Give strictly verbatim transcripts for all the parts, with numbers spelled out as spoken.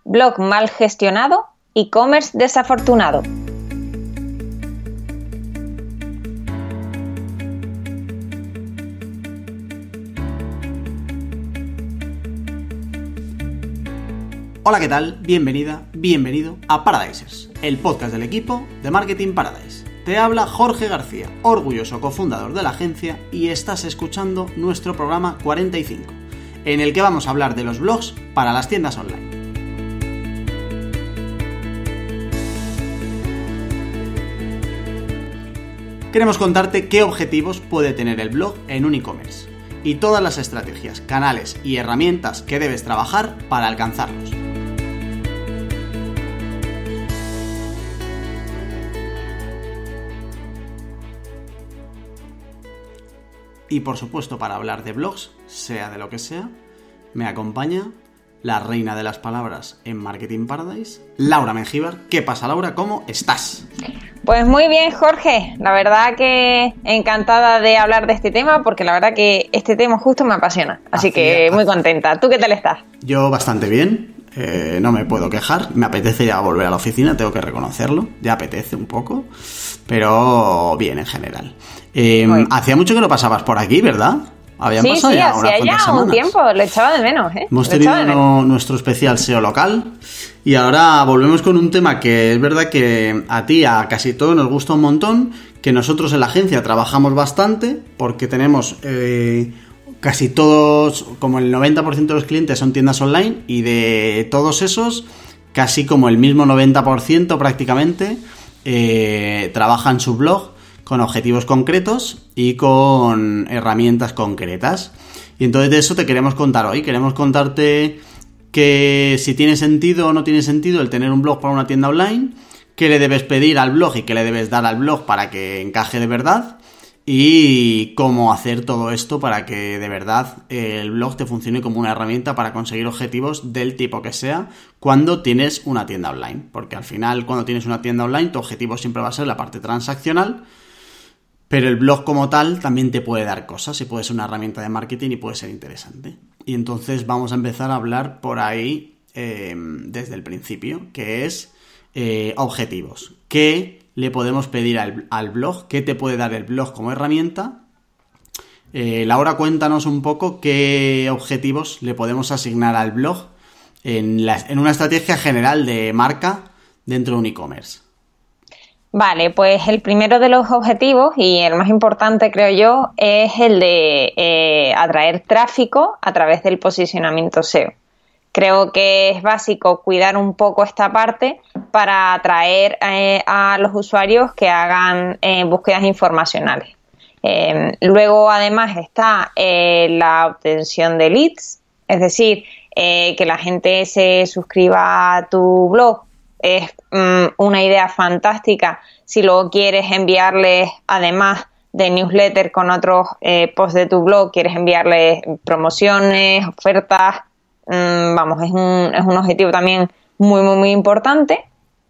blog mal gestionado, e-commerce desafortunado. Hola, ¿qué tal? Bienvenida, bienvenido a Paradisers, el podcast del equipo de Marketing Paradise. Te habla Jorge García, orgulloso cofundador de la agencia, y estás escuchando nuestro programa cuarenta y cinco, en el que vamos a hablar de los blogs para las tiendas online. Queremos contarte qué objetivos puede tener el blog en un e-commerce y todas las estrategias, canales y herramientas que debes trabajar para alcanzarlos. Y por supuesto, para hablar de blogs, sea de lo que sea, me acompaña la reina de las palabras en Marketing Paradise, Laura Mengíbar. ¿Qué pasa, Laura? ¿Cómo estás? Pues muy bien, Jorge. La verdad que encantada de hablar de este tema, porque la verdad que este tema justo me apasiona. Así Hacía, que muy hacía. contenta. ¿Tú qué tal estás? Yo bastante bien. Eh, no me puedo quejar. Me apetece ya volver a la oficina, tengo que reconocerlo. Ya apetece un poco, pero bien en general. Eh, hacía mucho que no pasabas por aquí, ¿verdad? Habían sí, pasado sí, ya hacía unas ya cuantas un semanas. tiempo, lo echaba de menos, ¿eh? Hemos Lo tenido echaba de uno- menos. nuestro especial S E O local y ahora volvemos con un tema que es verdad que a ti, a casi todos nos gusta un montón, que nosotros en la agencia trabajamos bastante porque tenemos eh, casi todos, como el noventa por ciento de los clientes son tiendas online, y de todos esos, casi como el mismo noventa por ciento prácticamente eh, trabajan su blog con objetivos concretos y con herramientas concretas. Y entonces de eso te queremos contar hoy. Queremos contarte que si tiene sentido o no tiene sentido el tener un blog para una tienda online, qué le debes pedir al blog y qué le debes dar al blog para que encaje de verdad, y cómo hacer todo esto para que de verdad el blog te funcione como una herramienta para conseguir objetivos del tipo que sea cuando tienes una tienda online. Porque al final, cuando tienes una tienda online, tu objetivo siempre va a ser la parte transaccional, pero el blog como tal también te puede dar cosas y puede ser una herramienta de marketing y puede ser interesante. Y entonces vamos a empezar a hablar por ahí eh, desde el principio, que es eh, objetivos. ¿Qué le podemos pedir al, al blog? ¿Qué te puede dar el blog como herramienta? Eh, Laura, cuéntanos un poco qué objetivos le podemos asignar al blog en, la, en una estrategia general de marca dentro de un e-commerce. Vale, pues el primero de los objetivos, y el más importante creo yo, es el de eh, atraer tráfico a través del posicionamiento S E O. Creo que es básico cuidar un poco esta parte para atraer eh, a los usuarios que hagan eh, búsquedas informacionales. Eh, luego, además, está eh, la obtención de leads, es decir, eh, que la gente se suscriba a tu blog. Es um, una idea fantástica si luego quieres enviarles, además de newsletter con otros eh, posts de tu blog, quieres enviarles promociones, ofertas. Um, vamos, es un, es un objetivo también muy, muy, muy importante.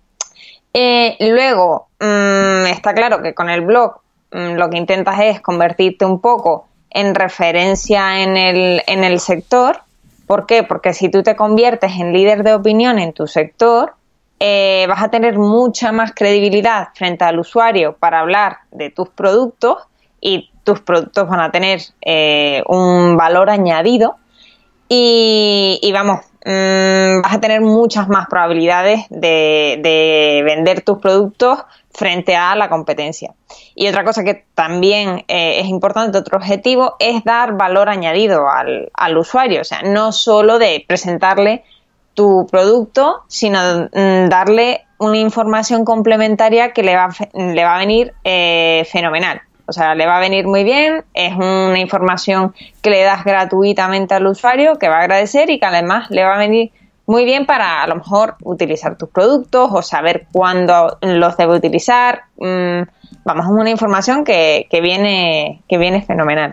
Eh, luego, um, está claro que con el blog um, lo que intentas es convertirte un poco en referencia en el, en el sector. ¿Por qué? Porque si tú te conviertes en líder de opinión en tu sector, Eh, vas a tener mucha más credibilidad frente al usuario para hablar de tus productos, y tus productos van a tener eh, un valor añadido y, y vamos, mmm, vas a tener muchas más probabilidades de, de vender tus productos frente a la competencia. Y otra cosa que también eh, es importante, otro objetivo, es dar valor añadido al, al usuario. O sea, no solo de presentarle tu producto, sino mm, darle una información complementaria que le va, le va a venir eh, fenomenal. O sea, le va a venir muy bien, es una información que le das gratuitamente al usuario, que va a agradecer, y que además le va a venir muy bien para a lo mejor utilizar tus productos o saber cuándo los debe utilizar. Mm, vamos, es una información que, que, viene, que viene fenomenal.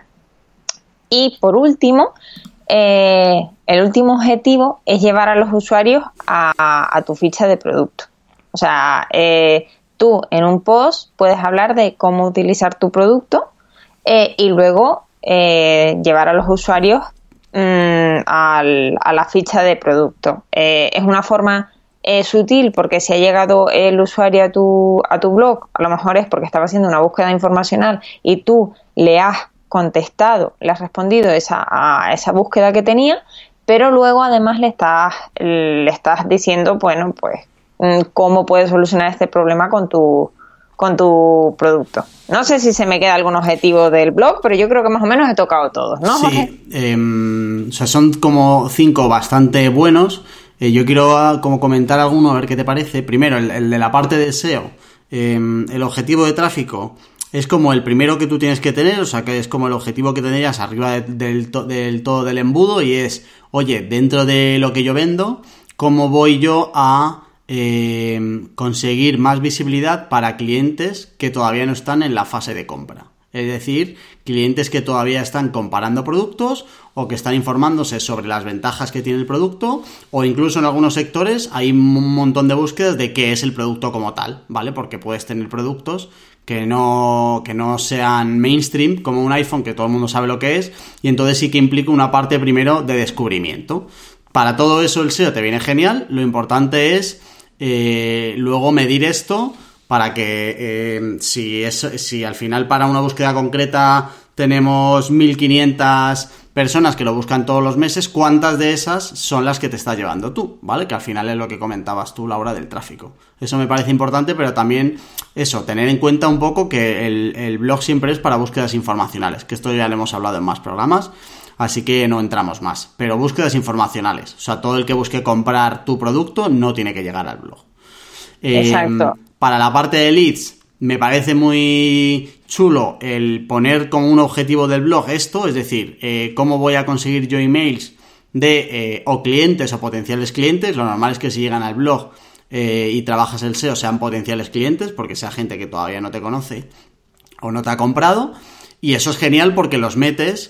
Y por último, Eh, el último objetivo es llevar a los usuarios a, a tu ficha de producto. O sea, eh, tú en un post puedes hablar de cómo utilizar tu producto eh, y luego eh, llevar a los usuarios mmm, al, a la ficha de producto. Eh, es una forma eh, sutil, porque si ha llegado el usuario a tu, a tu blog, a lo mejor es porque estaba haciendo una búsqueda informacional y tú le has contestado, le has respondido esa, a esa búsqueda que tenía, pero luego además le estás, le estás diciendo, bueno, pues cómo puedes solucionar este problema con tu, con tu producto. No sé si se me queda algún objetivo del blog, pero yo creo que más o menos he tocado todos, ¿no, Jorge? Sí, eh, o sea, son como cinco bastante buenos. Eh, yo quiero como comentar alguno, a ver qué te parece. Primero, el, el de la parte de S E O. Eh, el objetivo de tráfico es como el primero que tú tienes que tener, o sea, que es como el objetivo que tendrías arriba de, del, to, del todo del embudo, y es, oye, dentro de lo que yo vendo, ¿cómo voy yo a eh, conseguir más visibilidad para clientes que todavía no están en la fase de compra? Es decir, clientes que todavía están comparando productos o que están informándose sobre las ventajas que tiene el producto, o incluso en algunos sectores hay un montón de búsquedas de qué es el producto como tal, ¿vale? Porque puedes tener productos que no, que no sean mainstream, como un iPhone, que todo el mundo sabe lo que es, y entonces sí que implica una parte primero de descubrimiento. Para todo eso el S E O te viene genial. Lo importante es eh, luego medir esto para que eh, si, es, si al final para una búsqueda concreta tenemos mil quinientas personas que lo buscan todos los meses, ¿cuántas de esas son las que te estás llevando tú? ¿Vale? Que al final es lo que comentabas tú, Laura, del tráfico. Eso me parece importante, pero también eso, tener en cuenta un poco que el, el blog siempre es para búsquedas informacionales, que esto ya lo hemos hablado en más programas, así que no entramos más. Pero búsquedas informacionales, o sea, todo el que busque comprar tu producto no tiene que llegar al blog. Exacto. Eh, para la parte de leads, me parece muy chulo el poner como un objetivo del blog esto, es decir, eh, cómo voy a conseguir yo emails de eh, o clientes o potenciales clientes. Lo normal es que si llegan al blog eh, y trabajas el S E O sean potenciales clientes, porque sea gente que todavía no te conoce o no te ha comprado, y eso es genial porque los metes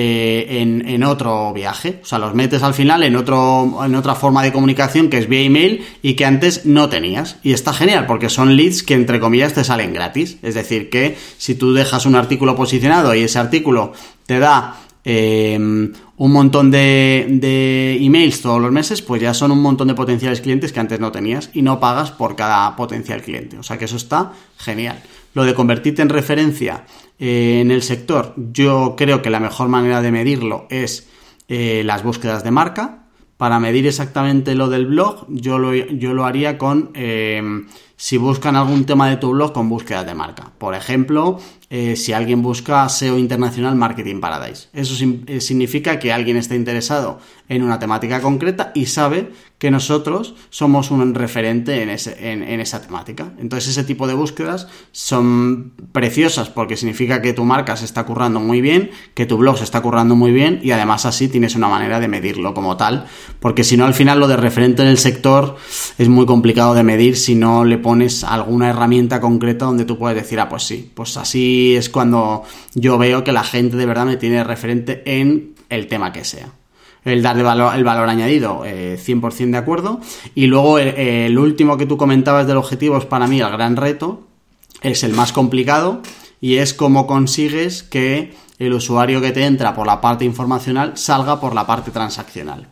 Eh, en, en otro viaje, o sea, los metes al final en otro en otra forma de comunicación que es vía email y que antes no tenías, y está genial porque son leads que entre comillas te salen gratis. Es decir, que si tú dejas un artículo posicionado y ese artículo te da eh, un montón de, de emails todos los meses, pues ya son un montón de potenciales clientes que antes no tenías y no pagas por cada potencial cliente, o sea que eso está genial. Lo de convertirte en referencia eh, en el sector, yo creo que la mejor manera de medirlo es eh, las búsquedas de marca. Para medir exactamente lo del blog, yo lo, yo lo haría con eh, si buscan algún tema de tu blog con búsquedas de marca. Por ejemplo, eh, si alguien busca S E O International Marketing Paradise. Eso sim- eh, significa que alguien está interesado en una temática concreta y sabe que nosotros somos un referente en, ese, en, en esa temática. Entonces ese tipo de búsquedas son preciosas porque significa que tu marca se está currando muy bien, que tu blog se está currando muy bien, y además así tienes una manera de medirlo como tal, porque si no al final lo de referente en el sector es muy complicado de medir si no le pones alguna herramienta concreta donde tú puedes decir, ah, pues sí, pues así es cuando yo veo que la gente de verdad me tiene referente en el tema que sea. El darle valor, el valor añadido, eh, cien por ciento de acuerdo. Y luego el, el último que tú comentabas del objetivo es para mí el gran reto, es el más complicado, y es cómo consigues que el usuario que te entra por la parte informacional salga por la parte transaccional.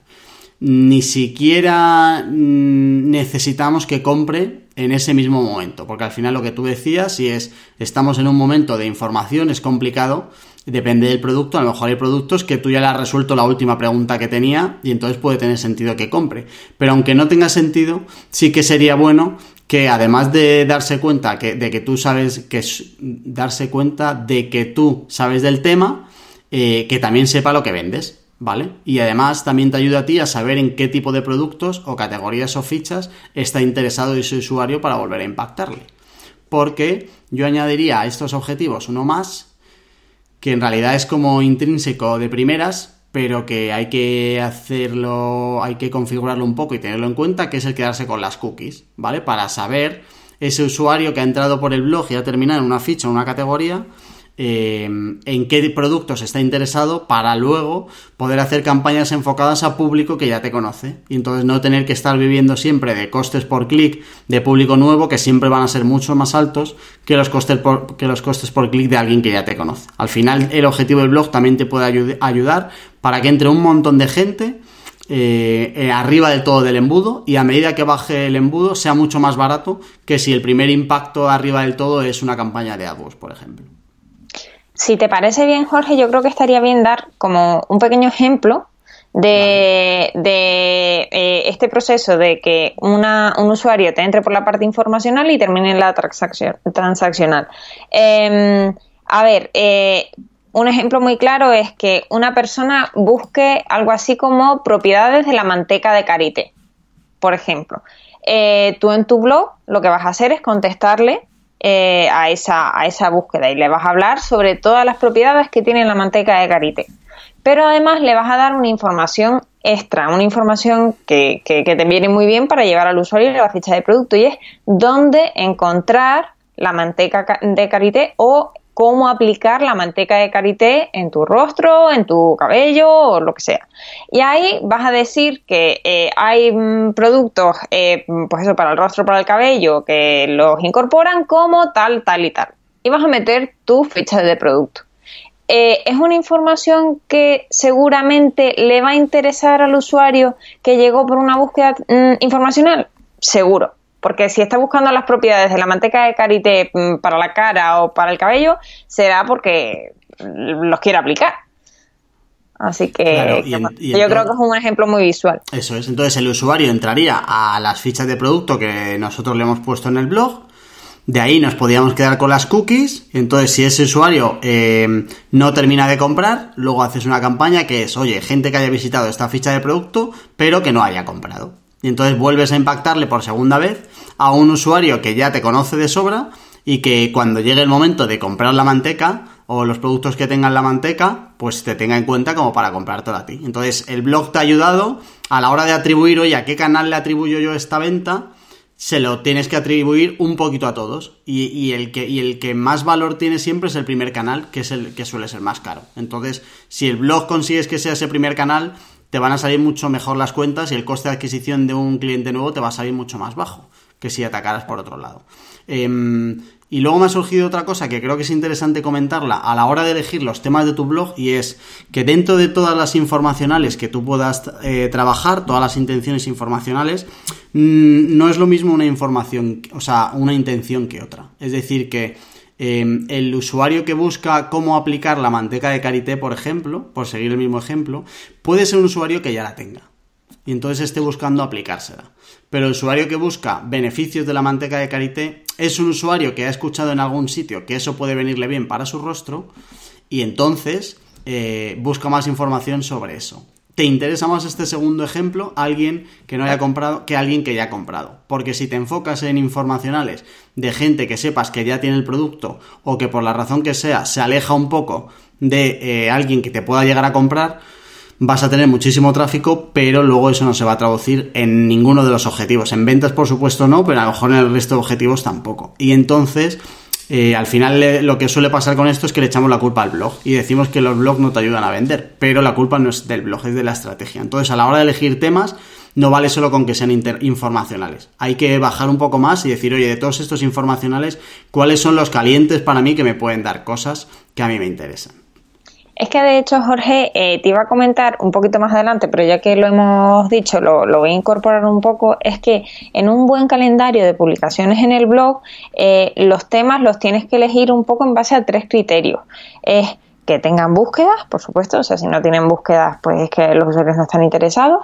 Ni siquiera mmm, necesitamos que compre en ese mismo momento, porque al final lo que tú decías, si es estamos en un momento de información, es complicado. Depende del producto, a lo mejor hay productos que tú ya le has resuelto la última pregunta que tenía y entonces puede tener sentido que compre. Pero aunque no tenga sentido, sí que sería bueno que además de darse cuenta que, de que tú sabes que darse cuenta de que tú sabes del tema, eh, que también sepa lo que vendes, ¿vale? Y además también te ayuda a ti a saber en qué tipo de productos o categorías o fichas está interesado ese usuario para volver a impactarle. Porque yo añadiría a estos objetivos uno más, que en realidad es como intrínseco de primeras, pero que hay que hacerlo, hay que configurarlo un poco y tenerlo en cuenta, que es el quedarse con las cookies, ¿vale? Para saber ese usuario que ha entrado por el blog y ha terminado en una ficha o una categoría, eh, en qué productos está interesado para luego poder hacer campañas enfocadas a público que ya te conoce y entonces no tener que estar viviendo siempre de costes por clic de público nuevo que siempre van a ser mucho más altos que los costes por, que los costes por clic de alguien que ya te conoce. Al final el objetivo del blog también te puede ayud- ayudar para que entre un montón de gente Eh, eh, arriba del todo del embudo y a medida que baje el embudo sea mucho más barato que si el primer impacto arriba del todo es una campaña de AdWords, por ejemplo. Si te parece bien, Jorge, yo creo que estaría bien dar como un pequeño ejemplo de, vale. de eh, este proceso de que una, un usuario te entre por la parte informacional y termine en la transacción, transaccional. Eh, a ver, eh, un ejemplo muy claro es que una persona busque algo así como propiedades de la manteca de karité, por ejemplo. Eh, tú en tu blog lo que vas a hacer es contestarle eh, a, esa, a esa búsqueda y le vas a hablar sobre todas las propiedades que tiene la manteca de karité. Pero además le vas a dar una información extra, una información que, que, que te viene muy bien para llevar al usuario a la ficha de producto y es dónde encontrar la manteca de karité o cómo aplicar la manteca de karité en tu rostro, en tu cabello o lo que sea. Y ahí vas a decir que eh, hay mm, productos, eh, pues eso, para el rostro, para el cabello, que los incorporan como tal, tal y tal. Y vas a meter tu ficha de producto. Eh, es una información que seguramente le va a interesar al usuario que llegó por una búsqueda mm, informacional. Seguro. Porque si está buscando las propiedades de la manteca de karité para la cara o para el cabello, será porque los quiere aplicar. Así que, claro, y en, y yo entonces, creo que es un ejemplo muy visual. Eso es. Entonces el usuario entraría a las fichas de producto que nosotros le hemos puesto en el blog. De ahí nos podíamos quedar con las cookies. Entonces si ese usuario eh, no termina de comprar, luego haces una campaña que es, oye, gente que haya visitado esta ficha de producto, pero que no haya comprado. Y entonces vuelves a impactarle por segunda vez a un usuario que ya te conoce de sobra y que cuando llegue el momento de comprar la manteca o los productos que tengan la manteca, pues te tenga en cuenta como para comprártelo a ti. Entonces el blog te ha ayudado a la hora de atribuir, oye, ¿a qué canal le atribuyo yo esta venta? Se lo tienes que atribuir un poquito a todos. Y, y, el que, y el que más valor tiene siempre es el primer canal, que es el que suele ser más caro. Entonces, si el blog consigues que sea ese primer canal, te van a salir mucho mejor las cuentas y el coste de adquisición de un cliente nuevo te va a salir mucho más bajo que si atacaras por otro lado. Eh, y luego me ha surgido otra cosa que creo que es interesante comentarla a la hora de elegir los temas de tu blog y es que dentro de todas las informacionales que tú puedas eh, trabajar, todas las intenciones informacionales, mmm, no es lo mismo una información, o sea, una intención que otra. Es decir, que Eh, el usuario que busca cómo aplicar la manteca de karité, por ejemplo, por seguir el mismo ejemplo, puede ser un usuario que ya la tenga y entonces esté buscando aplicársela. Pero el usuario que busca beneficios de la manteca de karité es un usuario que ha escuchado en algún sitio que eso puede venirle bien para su rostro y entonces eh, busca más información sobre eso. ¿Te interesa más este segundo ejemplo? Alguien que no haya comprado que alguien que ya ha comprado. Porque si te enfocas en informacionales de gente que sepas que ya tiene el producto o que por la razón que sea se aleja un poco de eh, alguien que te pueda llegar a comprar, vas a tener muchísimo tráfico, pero luego eso no se va a traducir en ninguno de los objetivos. En ventas, por supuesto, no, pero a lo mejor en el resto de objetivos tampoco. Y entonces, Eh, al final le, lo que suele pasar con esto es que le echamos la culpa al blog y decimos que los blogs no te ayudan a vender, pero la culpa no es del blog, es de la estrategia. Entonces a la hora de elegir temas no vale solo con que sean inter- informacionales, hay que bajar un poco más y decir, oye, de todos estos informacionales, ¿cuáles son los calientes para mí que me pueden dar cosas que a mí me interesan? Es que de hecho, Jorge, eh, te iba a comentar un poquito más adelante, pero ya que lo hemos dicho, lo, lo voy a incorporar un poco, es que en un buen calendario de publicaciones en el blog, eh, los temas los tienes que elegir un poco en base a tres criterios. Es que tengan búsquedas, por supuesto, o sea, si no tienen búsquedas, pues es que los usuarios no están interesados,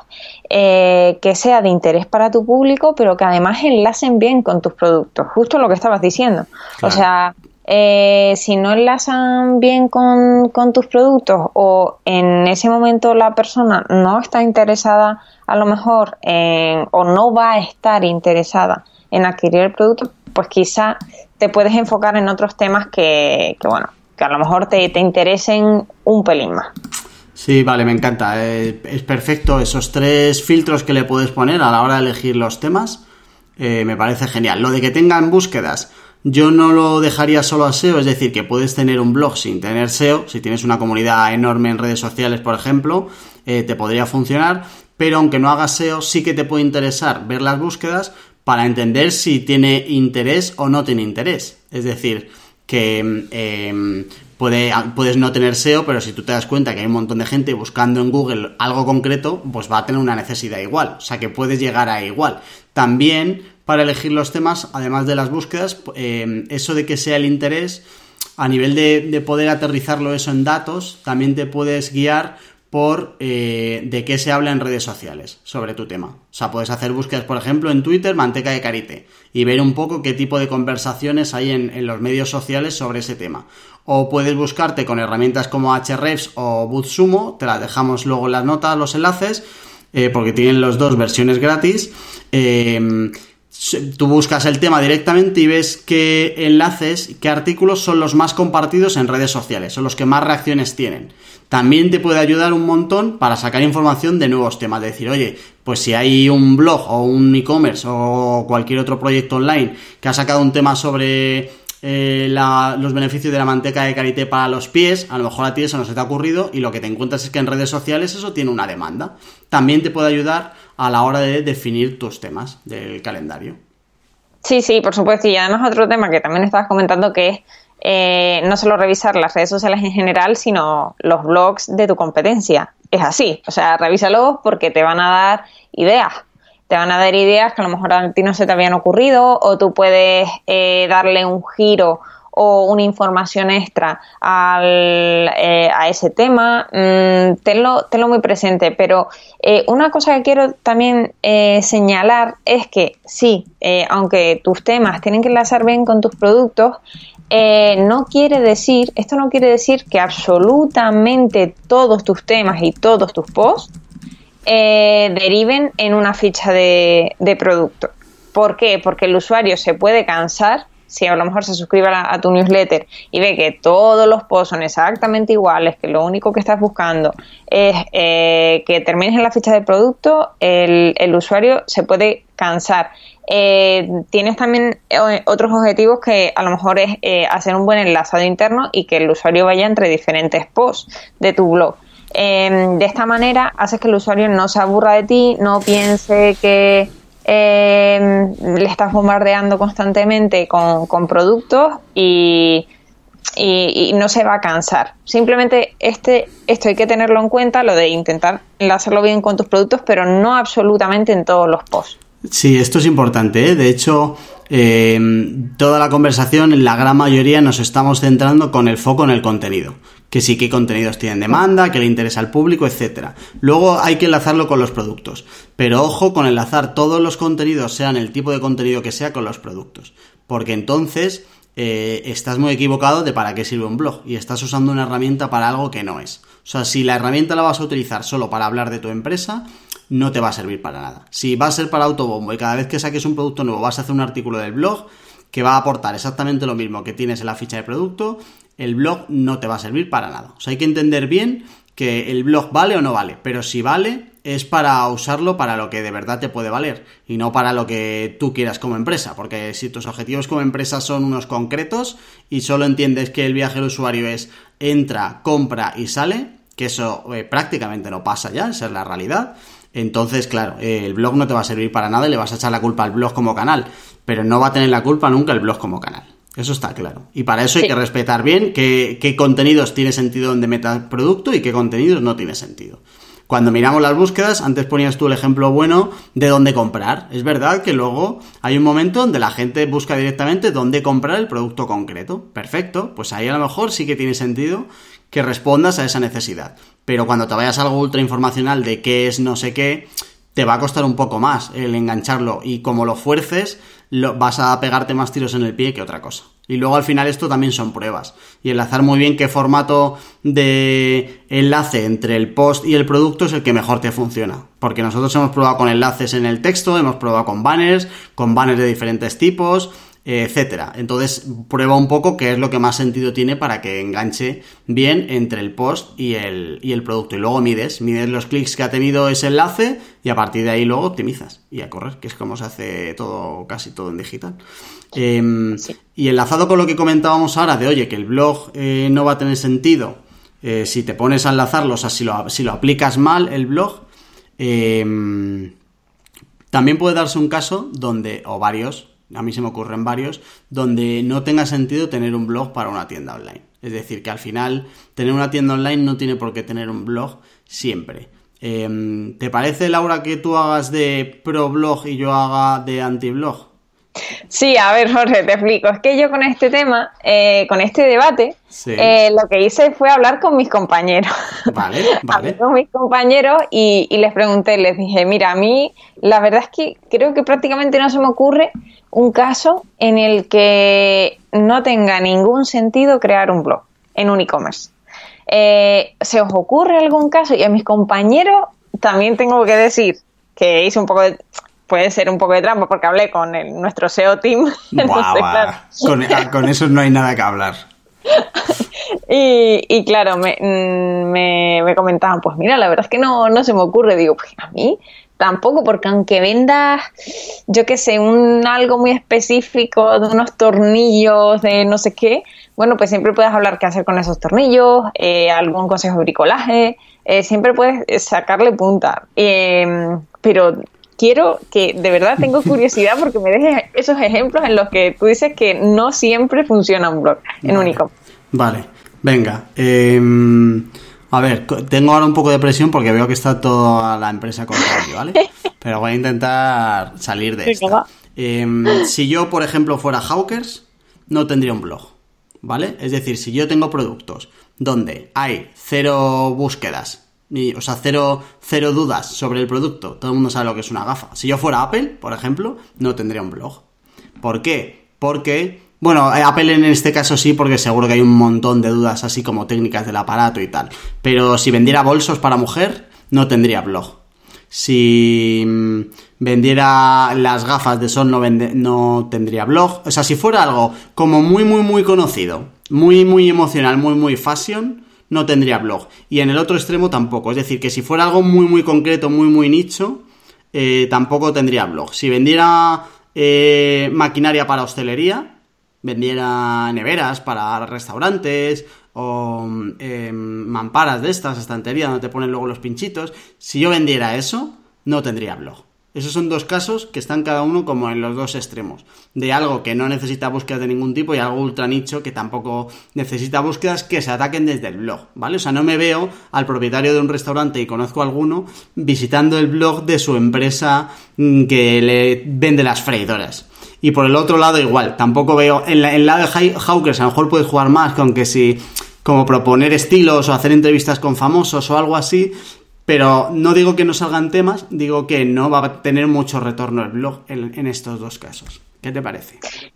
eh, que sea de interés para tu público, pero que además enlacen bien con tus productos, justo lo que estabas diciendo. Claro. O sea, Eh, si no enlazan bien con, con tus productos o en ese momento la persona no está interesada a lo mejor en, o no va a estar interesada en adquirir el producto, pues quizá te puedes enfocar en otros temas que, que bueno, que a lo mejor te, te interesen un pelín más. Sí, vale, me encanta. Eh, es perfecto esos tres filtros que le puedes poner a la hora de elegir los temas. Eh, me parece genial. Lo de que tengan búsquedas yo no lo dejaría solo a S E O, es decir, que puedes tener un blog sin tener S E O, si tienes una comunidad enorme en redes sociales, por ejemplo, eh, te podría funcionar, pero aunque no hagas S E O, sí que te puede interesar ver las búsquedas para entender si tiene interés o no tiene interés. Es decir, que eh, puede, puedes no tener S E O, pero si tú te das cuenta que hay un montón de gente buscando en Google algo concreto, pues va a tener una necesidad igual, o sea que puedes llegar a igual. También para elegir los temas, además de las búsquedas, eh, eso de que sea el interés, a nivel de, de poder aterrizarlo eso en datos, también te puedes guiar por eh, de qué se habla en redes sociales sobre tu tema. O sea, puedes hacer búsquedas, por ejemplo, en Twitter, manteca de karité, y ver un poco qué tipo de conversaciones hay en, en los medios sociales sobre ese tema. O puedes buscarte con herramientas como Ahrefs o BuzzSumo, te las dejamos luego en las notas, los enlaces, eh, porque tienen los dos versiones gratis. Eh, Tú buscas el tema directamente y ves qué enlaces, qué artículos son los más compartidos en redes sociales, son los que más reacciones tienen. También te puede ayudar un montón para sacar información de nuevos temas, de decir, oye, pues si hay un blog o un e-commerce o cualquier otro proyecto online que ha sacado un tema sobre eh, la, los beneficios de la manteca de karité para los pies, a lo mejor a ti eso no se te ha ocurrido y lo que te encuentras es que en redes sociales eso tiene una demanda. También te puede ayudar a la hora de definir tus temas del calendario. Sí, sí, por supuesto. Y además otro tema que también estabas comentando, que es eh, no solo revisar las redes sociales en general, sino los blogs de tu competencia. Es así, o sea, revísalos porque te van a dar ideas. Te van a dar ideas que a lo mejor a ti no se te habían ocurrido, o tú puedes eh, darle un giro o una información extra al, eh, a ese tema. Mm, tenlo, tenlo muy presente. Pero eh, una cosa que quiero también eh, señalar es que sí, eh, aunque tus temas tienen que enlazar bien con tus productos, eh, no quiere decir, esto no quiere decir que absolutamente todos tus temas y todos tus posts eh, deriven en una ficha de, de producto. ¿Por qué? Porque el usuario se puede cansar si a lo mejor se suscribe a, la, a tu newsletter y ve que todos los posts son exactamente iguales, que lo único que estás buscando es eh, que termines en la ficha de producto, el, el usuario se puede cansar. Eh, tienes también eh, otros objetivos que a lo mejor es eh, hacer un buen enlazado interno y que el usuario vaya entre diferentes posts de tu blog. Eh, de esta manera haces que el usuario no se aburra de ti, no piense que Eh, le estás bombardeando constantemente con, con productos y, y, y no se va a cansar. Simplemente este, esto hay que tenerlo en cuenta, lo de intentar enlazarlo bien con tus productos, pero no absolutamente en todos los posts. Sí, esto es importante, ¿eh? De hecho, eh, toda la conversación, en la gran mayoría, nos estamos centrando con el foco en el contenido. Que sí, qué contenidos tienen demanda, qué le interesa al público, etcétera. Luego hay que enlazarlo con los productos. Pero ojo con enlazar todos los contenidos, sean el tipo de contenido que sea, con los productos. Porque entonces eh, estás muy equivocado de para qué sirve un blog y estás usando una herramienta para algo que no es. O sea, si la herramienta la vas a utilizar solo para hablar de tu empresa, no te va a servir para nada. Si va a ser para autobombo y cada vez que saques un producto nuevo vas a hacer un artículo del blog que va a aportar exactamente lo mismo que tienes en la ficha de producto, el blog no te va a servir para nada. O sea, hay que entender bien que el blog vale o no vale, pero si vale es para usarlo para lo que de verdad te puede valer y no para lo que tú quieras como empresa, porque si tus objetivos como empresa son unos concretos y solo entiendes que el viaje del usuario es entra, compra y sale, que eso eh, prácticamente no pasa ya, esa es la realidad. Entonces, claro, eh, el blog no te va a servir para nada y le vas a echar la culpa al blog como canal, pero no va a tener la culpa nunca el blog como canal. Eso está claro. Y para eso hay sí. que respetar bien qué, qué contenidos tiene sentido donde metas producto y qué contenidos no tiene sentido. Cuando miramos las búsquedas, antes ponías tú el ejemplo bueno de dónde comprar. Es verdad que luego hay un momento donde la gente busca directamente dónde comprar el producto concreto. Perfecto, pues ahí a lo mejor sí que tiene sentido que respondas a esa necesidad. Pero cuando te vayas a algo ultra informacional de qué es no sé qué, te va a costar un poco más el engancharlo y como lo fuerces, lo, vas a pegarte más tiros en el pie que otra cosa. Y luego al final esto también son pruebas. Y enlazar muy bien qué formato de enlace entre el post y el producto es el que mejor te funciona. Porque nosotros hemos probado con enlaces en el texto, hemos probado con banners, con banners de diferentes tipos, etcétera. Entonces prueba un poco qué es lo que más sentido tiene para que enganche bien entre el post y el, y el producto. Y luego mides, mides los clics que ha tenido ese enlace y a partir de ahí luego optimizas y a correr, que es como se hace todo, casi todo en digital. Eh, sí. Y enlazado con lo que comentábamos ahora de, oye, que el blog eh, no va a tener sentido eh, si te pones a enlazarlo, o sea, si lo, si lo aplicas mal el blog, eh, también puede darse un caso donde, o varios, a mí se me ocurren varios, donde no tenga sentido tener un blog para una tienda online. Es decir, que al final tener una tienda online no tiene por qué tener un blog siempre. Eh, ¿Te parece, Laura, que tú hagas de pro blog y yo haga de anti blog? Sí, a ver, Jorge, te explico. Es que yo con este tema, eh, con este debate, sí. eh, lo que hice fue hablar con mis compañeros. Vale, vale. Hablé con mis compañeros y, y les pregunté, les dije, mira, a mí la verdad es que creo que prácticamente no se me ocurre un caso en el que no tenga ningún sentido crear un blog en un e-commerce. Eh, ¿Se os ocurre algún caso? Y a mis compañeros también tengo que decir que hice un poco de... Puede ser un poco de trampa porque hablé con el, nuestro S E O team. Entonces, wow, claro. con, con eso no hay nada que hablar. y, y claro, me, me, me comentaban, pues mira, la verdad es que no, no se me ocurre. Digo, pues a mí tampoco, porque aunque vendas, yo qué sé, un algo muy específico de unos tornillos de no sé qué, bueno, pues siempre puedes hablar qué hacer con esos tornillos, eh, algún consejo de bricolaje, eh, siempre puedes sacarle punta. Eh, pero... Quiero que, de verdad, tengo curiosidad porque me dejes esos ejemplos en los que tú dices que no siempre funciona un blog en vale. un e-commerce. Vale, venga. Eh, a ver, tengo ahora un poco de presión porque veo que está toda la empresa contra mí, ¿vale? Pero voy a intentar salir de esta. Eh, si yo, por ejemplo, fuera Hawkers, no tendría un blog, ¿vale? Es decir, si yo tengo productos donde hay cero búsquedas, Ni, o sea, cero, cero dudas sobre el producto. Todo el mundo sabe lo que es una gafa. Si yo fuera Apple, por ejemplo, no tendría un blog. ¿Por qué? Porque, bueno, Apple en este caso sí, porque seguro que hay un montón de dudas así como técnicas del aparato y tal. Pero si vendiera bolsos para mujer, no tendría blog. Si vendiera las gafas de sol, no, vende, no tendría blog. O sea, si fuera algo como muy, muy, muy conocido, muy, muy emocional, muy, muy fashion, no tendría blog. Y en el otro extremo tampoco. Es decir, que si fuera algo muy, muy concreto, muy, muy nicho, eh, tampoco tendría blog. Si vendiera eh, maquinaria para hostelería, vendiera neveras para restaurantes o eh, mamparas de estas, estanterías donde te ponen luego los pinchitos, si yo vendiera eso, no tendría blog. Esos son dos casos que están cada uno como en los dos extremos, de algo que no necesita búsquedas de ningún tipo y algo ultra nicho que tampoco necesita búsquedas que se ataquen desde el blog, ¿vale? O sea, no me veo al propietario de un restaurante, y conozco a alguno, visitando el blog de su empresa que le vende las freidoras. Y por el otro lado igual, tampoco veo, en, la, en el lado de Hawkers a lo mejor puedes jugar más con que si, como proponer estilos o hacer entrevistas con famosos o algo así. Pero no digo que no salgan temas, digo que no va a tener mucho retorno el blog en, en estos dos casos. ¿Qué te parece?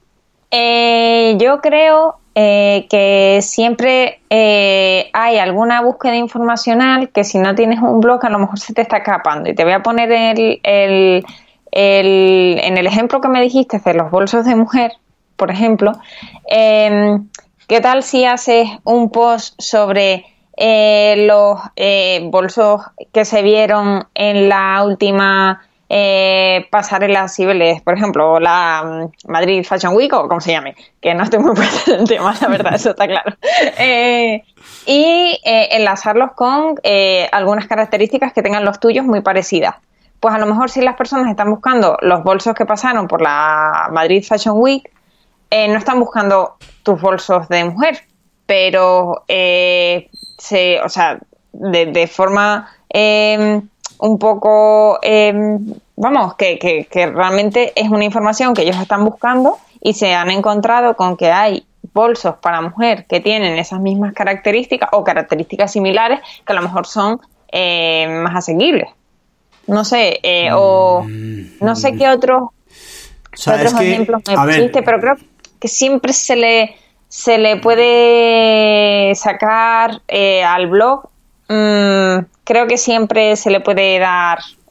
Eh, yo creo eh, que siempre eh, hay alguna búsqueda informacional que si no tienes un blog a lo mejor se te está escapando. Y te voy a poner el, el, el, en el ejemplo que me dijiste de los bolsos de mujer, por ejemplo. Eh, ¿Qué tal si haces un post sobre... Eh, los eh, bolsos que se vieron en la última eh, pasarela Cibeles, por ejemplo, la um, Madrid Fashion Week o como se llame, que no estoy muy puesta en el tema, la verdad, eso está claro. Eh, y eh, enlazarlos con eh, algunas características que tengan los tuyos muy parecidas. Pues a lo mejor si las personas están buscando los bolsos que pasaron por la Madrid Fashion Week, eh, no están buscando tus bolsos de mujer, pero eh, se, o sea, de, de forma eh, un poco, eh, vamos, que, que, que realmente es una información que ellos están buscando y se han encontrado con que hay bolsos para mujer que tienen esas mismas características o características similares que a lo mejor son eh, más asequibles. No sé, eh, o no sé qué otros, o sea, otros es que, ejemplos me pusiste, pero creo que siempre se le se le puede sacar eh, al blog, mmm, creo que siempre se le puede dar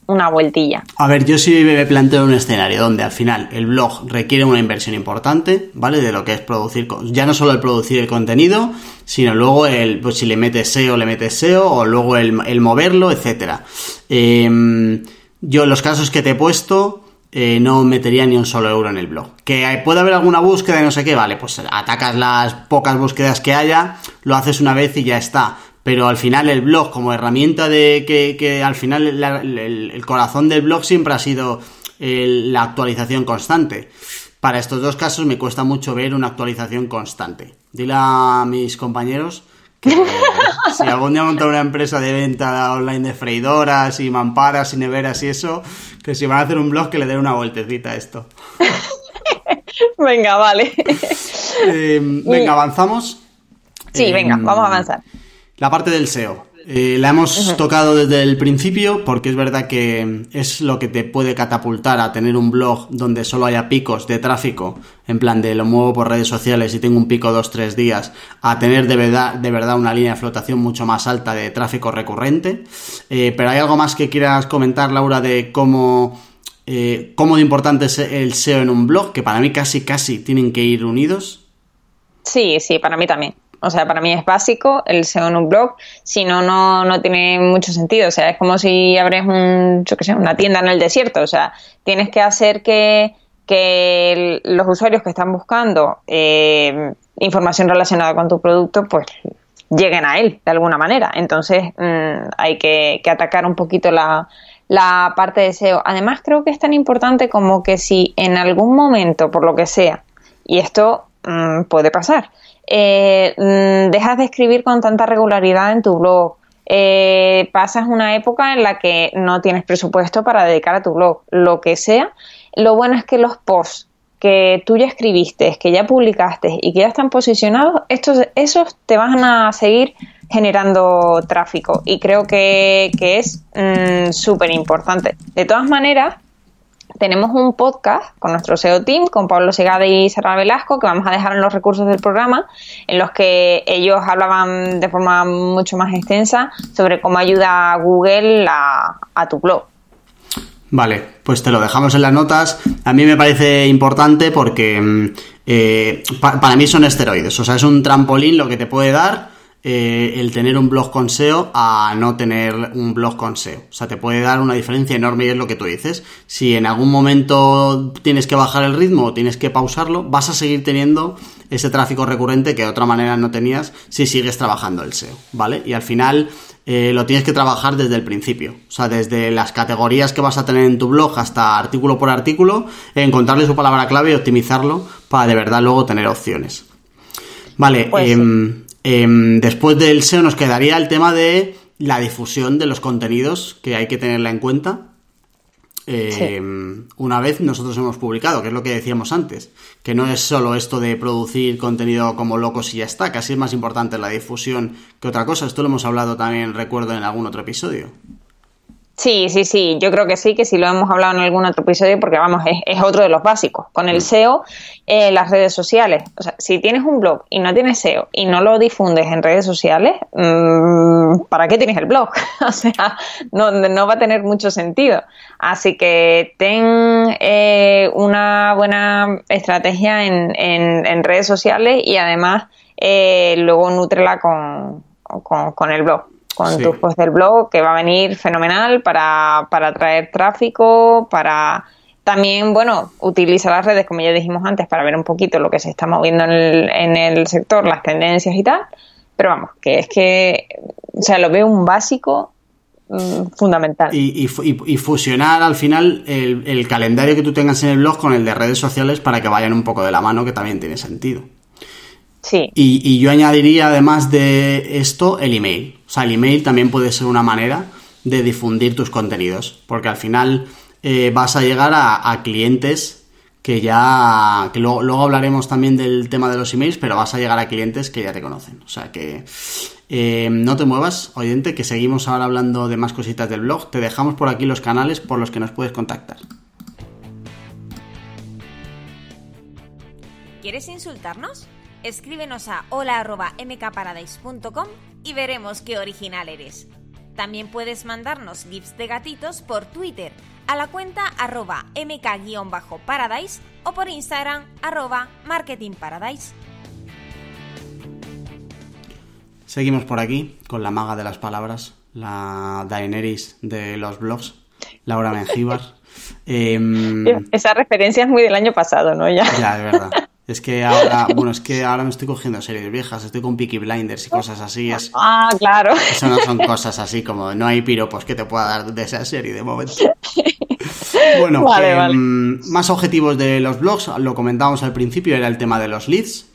una vueltilla. A ver, yo sí me planteo un escenario donde al final el blog requiere una inversión importante, ¿vale? De lo que es producir, ya no solo el producir el contenido, sino luego el, pues si le metes S E O, le metes S E O, o luego el, el moverlo, etcétera. Eh, yo en los casos que te he puesto, eh, no metería ni un solo euro en el blog. Que puede haber alguna búsqueda y no sé qué, vale, pues atacas las pocas búsquedas que haya, lo haces una vez y ya está. Pero al final el blog como herramienta de que, que al final la, el, el corazón del blog siempre ha sido el, la actualización constante. Para estos dos casos me cuesta mucho ver una actualización constante. Dile a mis compañeros que si algún día montan una empresa de venta online de freidoras y mamparas y neveras y eso, que si van a hacer un blog que le den una vueltecita a esto. Venga, vale. Eh, venga, avanzamos. Sí, venga, vamos a avanzar. La parte del S E O. Eh, la hemos uh-huh. tocado desde el principio porque es verdad que es lo que te puede catapultar a tener un blog donde solo haya picos de tráfico, en plan de lo muevo por redes sociales y tengo un pico dos, tres días, a tener de verdad, de verdad una línea de flotación mucho más alta de tráfico recurrente. Eh, pero ¿hay algo más que quieras comentar, Laura, de cómo, eh, cómo de importante es el S E O en un blog? Que para mí casi, casi tienen que ir unidos. Sí, sí, para mí también. O sea, para mí es básico el S E O en un blog, si no, no, no tiene mucho sentido. O sea, es como si abres un, yo qué sé, una tienda en el desierto. O sea, tienes que hacer que, que el, los usuarios que están buscando eh, información relacionada con tu producto, pues lleguen a él de alguna manera. Entonces, mmm, hay que, que atacar un poquito la, la parte de S E O. Además, creo que es tan importante como que si en algún momento, por lo que sea, y esto mmm, puede pasar, Eh, dejas de escribir con tanta regularidad en tu blog, eh, pasas una época en la que no tienes presupuesto para dedicar a tu blog, lo que sea, lo bueno es que los posts que tú ya escribiste, que ya publicaste y que ya están posicionados, estos, esos te van a seguir generando tráfico y creo que, que es mmm, súper importante. De todas maneras, tenemos un podcast con nuestro S E O team, con Pablo Segade y Sara Velasco, que vamos a dejar en los recursos del programa, en los que ellos hablaban de forma mucho más extensa sobre cómo ayuda a Google a, a tu blog. Vale, pues te lo dejamos en las notas. A mí me parece importante porque eh, pa- para mí son esteroides, o sea, es un trampolín lo que te puede dar Eh, el tener un blog con S E O a no tener un blog con S E O. O sea, te puede dar una diferencia enorme y es lo que tú dices. Si en algún momento tienes que bajar el ritmo o tienes que pausarlo, vas a seguir teniendo ese tráfico recurrente que de otra manera no tenías si sigues trabajando el S E O, ¿vale? Y al final eh, lo tienes que trabajar desde el principio. O sea, desde las categorías que vas a tener en tu blog hasta artículo por artículo, encontrarle su palabra clave y optimizarlo para de verdad luego tener opciones. Vale, pues eh, sí. Eh, después del S E O nos quedaría el tema de la difusión de los contenidos, que hay que tenerla en cuenta eh, sí. una vez nosotros hemos publicado, que es lo que decíamos antes, que no es solo esto de producir contenido como locos y ya está, casi es más importante la difusión que otra cosa. Esto lo hemos hablado también, recuerdo, en algún otro episodio. Sí, sí, sí, yo creo que sí, que sí lo hemos hablado en algún otro episodio porque, vamos, es, es otro de los básicos. Con el S E O, eh, las redes sociales. O sea, si tienes un blog y no tienes S E O y no lo difundes en redes sociales, mmm, ¿para qué tienes el blog? O sea, no, no va a tener mucho sentido. Así que ten eh, una buena estrategia en, en, en redes sociales y además eh, luego nútrela con, con, con el blog. Con sí. tus posts del blog, que va a venir fenomenal para, para atraer tráfico, para también, bueno, utiliza las redes, como ya dijimos antes, para ver un poquito lo que se está moviendo en el, en el sector, las tendencias y tal, pero vamos, que es que, o sea, lo veo un básico mmm, fundamental. Y, y, y fusionar al final el, el calendario que tú tengas en el blog con el de redes sociales para que vayan un poco de la mano, que también tiene sentido. Sí. Y, y yo añadiría, además de esto, el email. O sea, el email también puede ser una manera de difundir tus contenidos, porque al final eh, vas a llegar a, a clientes que ya... que luego, luego hablaremos también del tema de los emails, pero vas a llegar a clientes que ya te conocen. O sea que eh, no te muevas, oyente, que seguimos ahora hablando de más cositas del blog. Te dejamos por aquí los canales por los que nos puedes contactar. ¿Quieres insultarnos? Escríbenos a hola arroba m k paradise punto com y veremos qué original eres. También puedes mandarnos gifs de gatitos por Twitter a la cuenta arroba mk-paradise o por Instagram arroba marketingparadise. Seguimos por aquí con la maga de las palabras, la Daenerys de los blogs, Laura Mengíbar. Eh, Esa referencia es muy del año pasado, ¿no? Ya, ya, es verdad. Es que ahora, bueno, es que ahora me estoy cogiendo series viejas, estoy con Peaky Blinders y cosas así. Es, ah, claro. Eso no son cosas así como, no hay piropos que te pueda dar de esa serie de momento. Bueno, vale, eh, vale. Más objetivos de los blogs, lo comentábamos al principio, era el tema de los leads.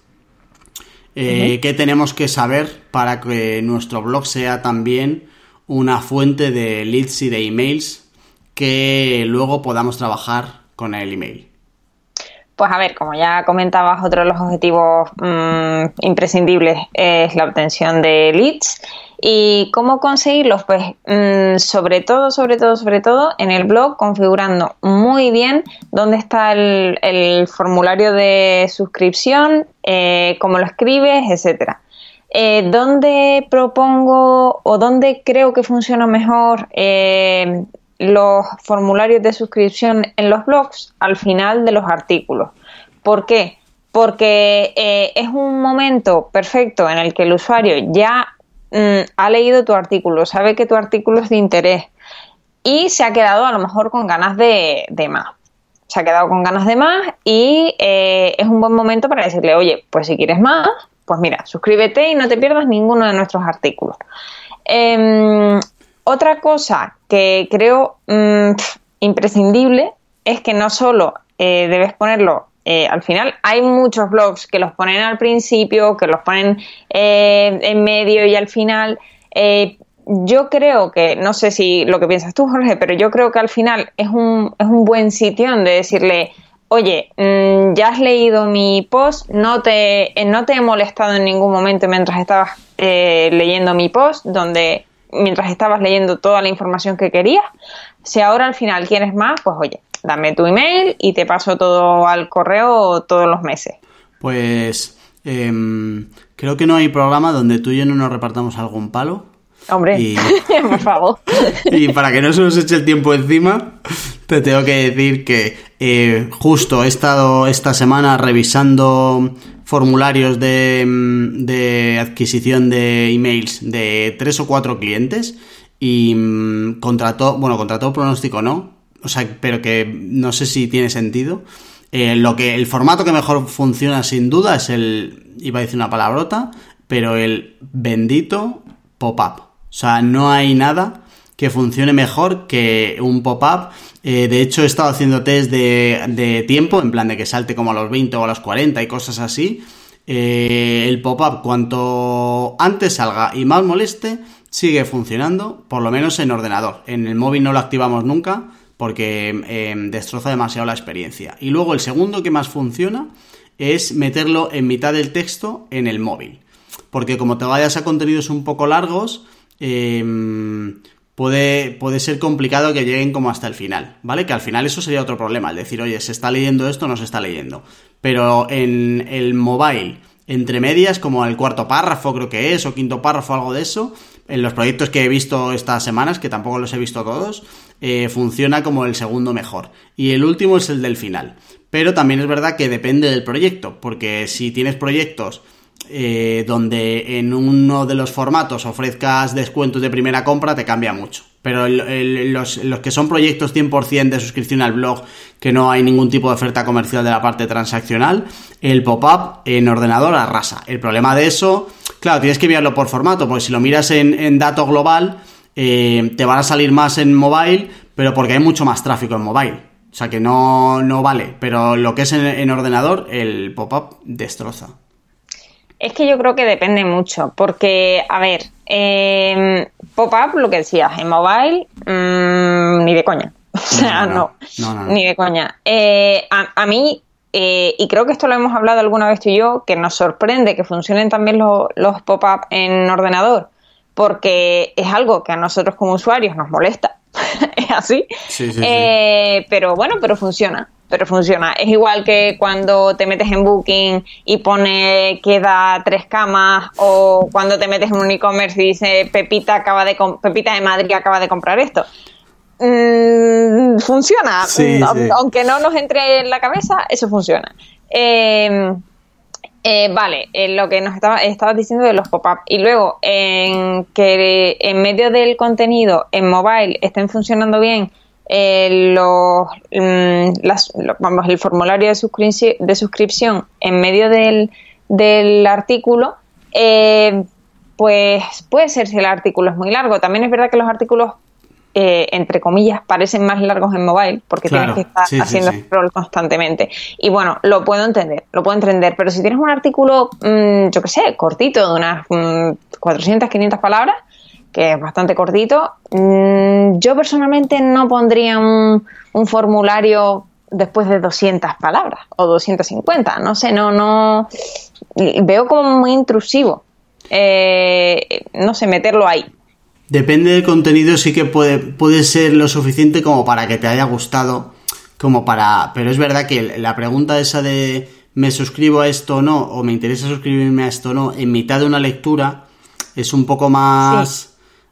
Eh, uh-huh. ¿Qué tenemos que saber para que nuestro blog sea también una fuente de leads y de emails que luego podamos trabajar con el email? Pues a ver, como ya comentabas, otro de los objetivos mmm, imprescindibles es la obtención de leads. ¿Y cómo conseguirlos? Pues mmm, sobre todo, sobre todo, sobre todo en el blog, configurando muy bien dónde está el, el formulario de suscripción, eh, cómo lo escribes, etcétera. Eh, ¿Dónde propongo o dónde creo que funciona mejor eh, los formularios de suscripción en los blogs? Al final de los artículos. ¿Por qué? Porque eh, es un momento perfecto en el que el usuario ya mm, ha leído tu artículo, sabe que tu artículo es de interés y se ha quedado a lo mejor con ganas de, de más. Se ha quedado con ganas de más y eh, es un buen momento para decirle, oye, pues si quieres más, pues mira, suscríbete y no te pierdas ninguno de nuestros artículos. Eh, Otra cosa que creo mmm, imprescindible es que no solo eh, debes ponerlo eh, al final, hay muchos blogs que los ponen al principio, que los ponen eh, en medio y al final. Eh, yo creo que, no sé si lo que piensas tú, Jorge, pero yo creo que al final es un, es un buen sitio donde decirle, oye, mmm, ya has leído mi post, no te, eh, no te he molestado en ningún momento mientras estabas eh, leyendo mi post, donde... mientras estabas leyendo toda la información que querías. Si ahora al final quieres más, pues oye, dame tu email y te paso todo al correo todos los meses. Pues eh, creo que no hay programa donde tú y yo no nos repartamos algún palo. Hombre, y, por favor. Y para que no se nos eche el tiempo encima, te tengo que decir que eh, justo he estado esta semana revisando formularios de, de adquisición de emails de tres o cuatro clientes y mmm, contra todo, bueno, contra todo pronóstico no, o sea, pero que no sé si tiene sentido. Eh, lo que el formato que mejor funciona sin duda es el, iba a decir una palabrota, pero el bendito pop-up. O sea, no hay nada que funcione mejor que un pop-up. Eh, de hecho, he estado haciendo test de, de tiempo, en plan de que salte como a los veinte o a los cuarenta y cosas así. Eh, el pop-up, cuanto antes salga y más moleste, sigue funcionando, por lo menos en ordenador. En el móvil no lo activamos nunca porque eh, destroza demasiado la experiencia. Y luego el segundo que más funciona es meterlo en mitad del texto en el móvil. Porque como te vayas a contenidos un poco largos, eh, puede, puede ser complicado que lleguen como hasta el final, ¿vale? Que al final eso sería otro problema, el decir, oye, ¿se está leyendo esto o no se está leyendo? Pero en el mobile, entre medias, como el cuarto párrafo creo que es, o quinto párrafo, algo de eso, en los proyectos que he visto estas semanas, que tampoco los he visto todos, eh, funciona como el segundo mejor. Y el último es el del final. Pero también es verdad que depende del proyecto, porque si tienes proyectos eh, donde en uno de los formatos ofrezcas descuentos de primera compra, te cambia mucho. Pero el, el, los, los que son proyectos cien por ciento de suscripción al blog, que no hay ningún tipo de oferta comercial de la parte transaccional, el pop-up en ordenador arrasa. El problema de eso, claro, tienes que mirarlo por formato, porque si lo miras en, en dato global, eh, te van a salir más en mobile, pero porque hay mucho más tráfico en mobile. O sea que no, no vale, pero lo que es en, en ordenador, el pop-up destroza. Es que yo creo que depende mucho, porque, a ver, eh, pop-up, lo que decías, en mobile, mmm, ni de coña. O sea, no, no, no, no, no. ni de coña. Eh, a, a mí, eh, y creo que esto lo hemos hablado alguna vez tú y yo, que nos sorprende que funcionen también los, los pop-up en ordenador, porque es algo que a nosotros como usuarios nos molesta. Es así. Sí, sí, eh, sí. Pero bueno, pero funciona. pero funciona. Es igual que cuando te metes en Booking y pone queda tres camas, o cuando te metes en un e-commerce y dice Pepita acaba de Pepita de Madrid acaba de comprar esto. Mm, funciona. Sí, sí. Aunque no nos entre en la cabeza, eso funciona. Eh, eh, vale, eh, lo que nos estaba estabas diciendo de los pop-up, y luego en que en medio del contenido en mobile estén funcionando bien Eh, los, mm, las, lo, vamos, el formulario de, suscripci- de suscripción en medio del, del artículo, eh, pues puede ser si el artículo es muy largo. También es verdad que los artículos, eh, entre comillas, parecen más largos en mobile, porque claro, tienes que estar sí, haciendo sí, sí. scroll constantemente. Y bueno, lo puedo entender, lo puedo entender, pero si tienes un artículo, mmm, yo qué sé, cortito, de unas mmm, cuatrocientas, quinientas palabras, que es bastante cortito, yo personalmente no pondría un, un formulario después de doscientas palabras o doscientas cincuenta, no sé, no no veo como muy intrusivo, eh, no sé, meterlo ahí. Depende del contenido, sí que puede, puede ser lo suficiente como para que te haya gustado, como para, pero es verdad que la pregunta esa de me suscribo a esto o no, o me interesa suscribirme a esto o no, en mitad de una lectura, es un poco más... Sí.